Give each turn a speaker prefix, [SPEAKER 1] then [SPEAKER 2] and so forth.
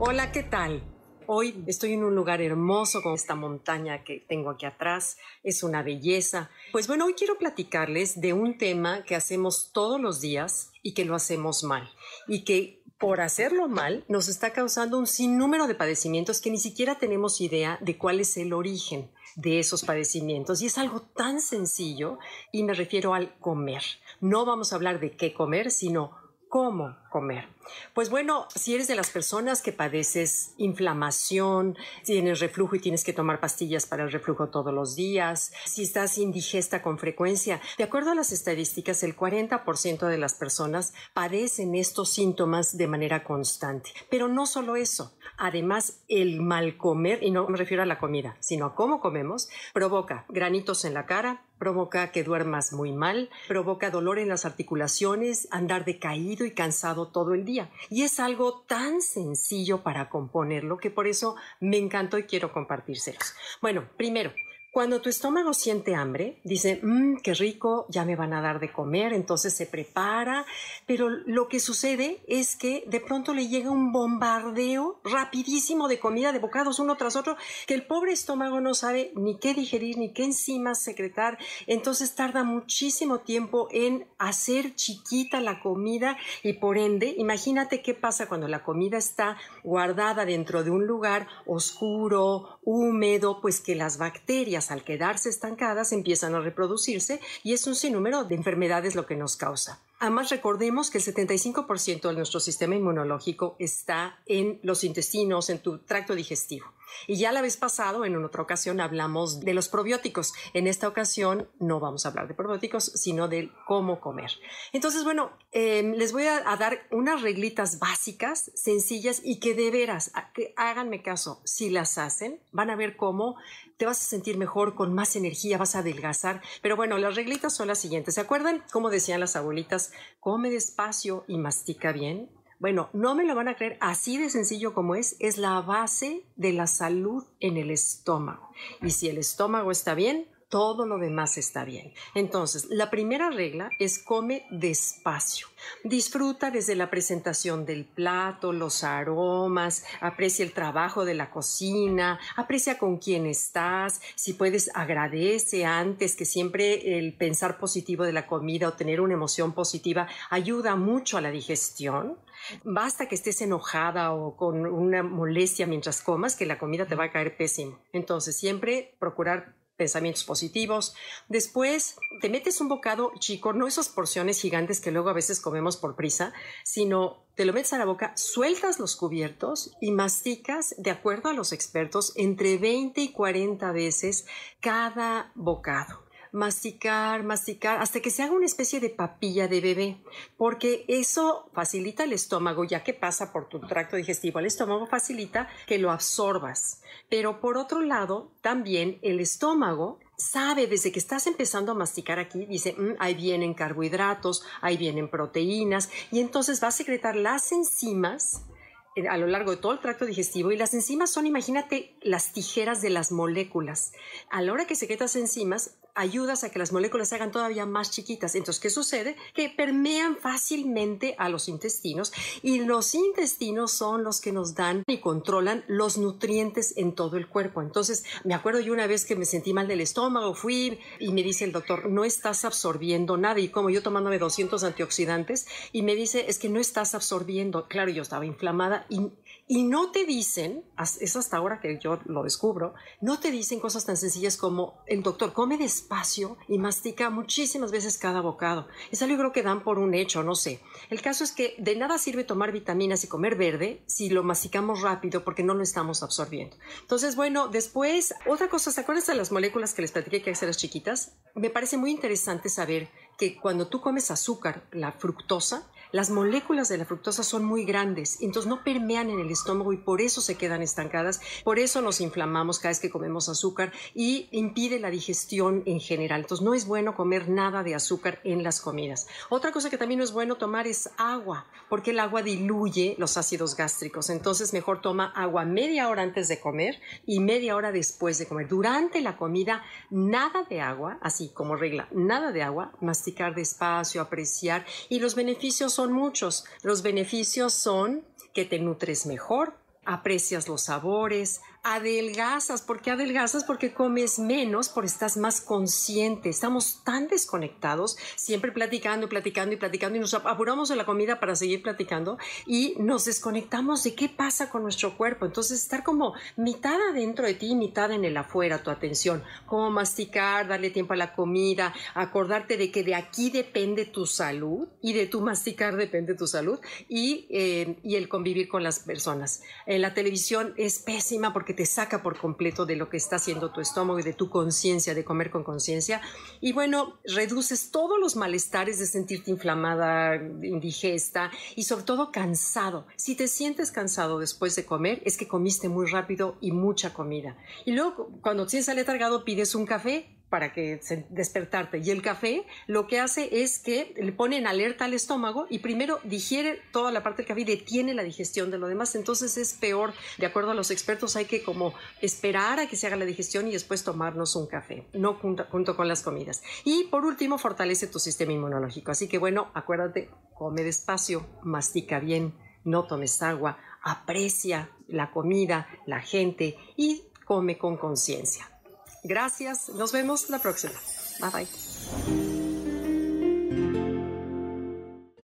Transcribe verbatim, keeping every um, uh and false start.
[SPEAKER 1] Hola, ¿qué tal? Hoy estoy en un lugar hermoso con esta montaña que tengo aquí atrás. Es una belleza. Pues bueno, hoy quiero platicarles de un tema que hacemos todos los días y que lo hacemos mal. Y que por hacerlo mal nos está causando un sinnúmero de padecimientos que ni siquiera tenemos idea de cuál es el origen de esos padecimientos. Y es algo tan sencillo y me refiero al comer. No vamos a hablar de qué comer, sino cómo comer. Pues bueno, si eres de las personas que padeces inflamación, tienes reflujo y tienes que tomar pastillas para el reflujo todos los días, si estás indigesta con frecuencia, de acuerdo a las estadísticas, el cuarenta por ciento de las personas padecen estos síntomas de manera constante. Pero no solo eso, además el mal comer, y no me refiero a la comida, sino a cómo comemos, provoca granitos en la cara, provoca que duermas muy mal, provoca dolor en las articulaciones, andar decaído y cansado todo el día. Y es algo tan sencillo para componerlo que por eso me encantó y quiero compartírselos. Bueno, primero, cuando tu estómago siente hambre, dice, mmm, qué rico, ya me van a dar de comer, entonces se prepara, pero lo que sucede es que de pronto le llega un bombardeo rapidísimo de comida, de bocados uno tras otro, que el pobre estómago no sabe ni qué digerir, ni qué enzimas secretar, entonces tarda muchísimo tiempo en hacer chiquita la comida y por ende, imagínate qué pasa cuando la comida está guardada dentro de un lugar oscuro, húmedo, pues que las bacterias al quedarse estancadas empiezan a reproducirse y es un sinnúmero de enfermedades lo que nos causa. Además, recordemos que el setenta y cinco por ciento de nuestro sistema inmunológico está en los intestinos, en tu tracto digestivo. Y ya la vez pasado, en una otra ocasión, hablamos de los probióticos. En esta ocasión no vamos a hablar de probióticos, sino de cómo comer. Entonces, bueno, eh, les voy a, a dar unas reglitas básicas, sencillas y que de veras, que háganme caso, si las hacen, van a ver cómo te vas a sentir mejor, con más energía, vas a adelgazar. Pero bueno, las reglitas son las siguientes. ¿Se acuerdan cómo decían las abuelitas? Come despacio y mastica bien. Bueno, no me lo van a creer, así de sencillo como es, es la base de la salud en el estómago. Y si el estómago está bien, todo lo demás está bien. Entonces, la primera regla es come despacio. Disfruta desde la presentación del plato, los aromas, aprecia el trabajo de la cocina, aprecia con quién estás, si puedes agradece antes, que siempre el pensar positivo de la comida o tener una emoción positiva ayuda mucho a la digestión. Basta que estés enojada o con una molestia mientras comas que la comida te va a caer pésimo. Entonces, siempre procurar pensamientos positivos. Después te metes un bocado chico, no esas porciones gigantes que luego a veces comemos por prisa, sino te lo metes a la boca, sueltas los cubiertos y masticas, de acuerdo a los expertos, entre veinte y cuarenta veces cada bocado. Masticar, masticar, hasta que se haga una especie de papilla de bebé, porque eso facilita el estómago, ya que pasa por tu tracto digestivo. El estómago facilita que lo absorbas, pero por otro lado, también el estómago sabe desde que estás empezando a masticar aquí, dice, mmm, ahí vienen carbohidratos, ahí vienen proteínas, y entonces va a secretar las enzimas a lo largo de todo el tracto digestivo, y las enzimas son, imagínate, las tijeras de las moléculas. A la hora que secretas enzimas, ayudas a que las moléculas se hagan todavía más chiquitas. Entonces, ¿qué sucede? Que permean fácilmente a los intestinos, y los intestinos son los que nos dan y controlan los nutrientes en todo el cuerpo. Entonces, me acuerdo yo una vez que me sentí mal del estómago, fui y me dice el doctor, no estás absorbiendo nada, y como yo tomándome doscientos antioxidantes, y me dice, es que no estás absorbiendo. Claro, yo estaba inflamada. Y, y no te dicen, es hasta ahora que yo lo descubro, no te dicen cosas tan sencillas como el doctor, come despacio y mastica muchísimas veces cada bocado. Es algo, yo creo que dan por un hecho, no sé. El caso es que de nada sirve tomar vitaminas y comer verde si lo masticamos rápido, porque no lo estamos absorbiendo. Entonces, bueno, después, otra cosa, ¿se acuerdan de las moléculas que les platiqué que hay que hacerlas chiquitas? Me parece muy interesante saber que cuando tú comes azúcar, la fructosa, las moléculas de la fructosa son muy grandes, entonces no permean en el estómago y por eso se quedan estancadas, por eso nos inflamamos cada vez que comemos azúcar y impide la digestión en general. Entonces no es bueno comer nada de azúcar en las comidas. Otra cosa que también no es bueno tomar es agua, porque el agua diluye los ácidos gástricos, entonces mejor toma agua media hora antes de comer y media hora después de comer. Durante la comida, nada de agua, así como regla, nada de agua, masticar despacio, apreciar, y los beneficios son muchos. Los beneficios son que te nutres mejor, aprecias los sabores, adelgazas. ¿Por qué adelgazas? Porque comes menos, porque estás más consciente. Estamos tan desconectados, siempre platicando y platicando y platicando, y nos apuramos en la comida para seguir platicando y nos desconectamos de qué pasa con nuestro cuerpo. Entonces, estar como mitad adentro de ti, mitad en el afuera, tu atención. Cómo masticar, darle tiempo a la comida, acordarte de que de aquí depende tu salud y de tu masticar depende tu salud y, eh, y el convivir con las personas. Eh, la televisión es pésima porque te saca por completo de lo que está haciendo tu estómago y de tu conciencia, de comer con conciencia. Y bueno, reduces todos los malestares de sentirte inflamada, indigesta y sobre todo cansado. Si te sientes cansado después de comer, es que comiste muy rápido y mucha comida. Y luego, cuando tienes aletargado, pides un café para que se, despertarte. Y el café lo que hace es que le pone en alerta al estómago y primero digiere toda la parte del café y detiene la digestión de lo demás. Entonces es peor. De acuerdo a los expertos, hay que como esperar a que se haga la digestión y después tomarnos un café, no junto, junto con las comidas. Y por último, fortalece tu sistema inmunológico. Así que bueno, acuérdate, come despacio, mastica bien, no tomes agua, aprecia la comida, la gente y come con conciencia. Gracias, nos vemos la próxima. Bye bye.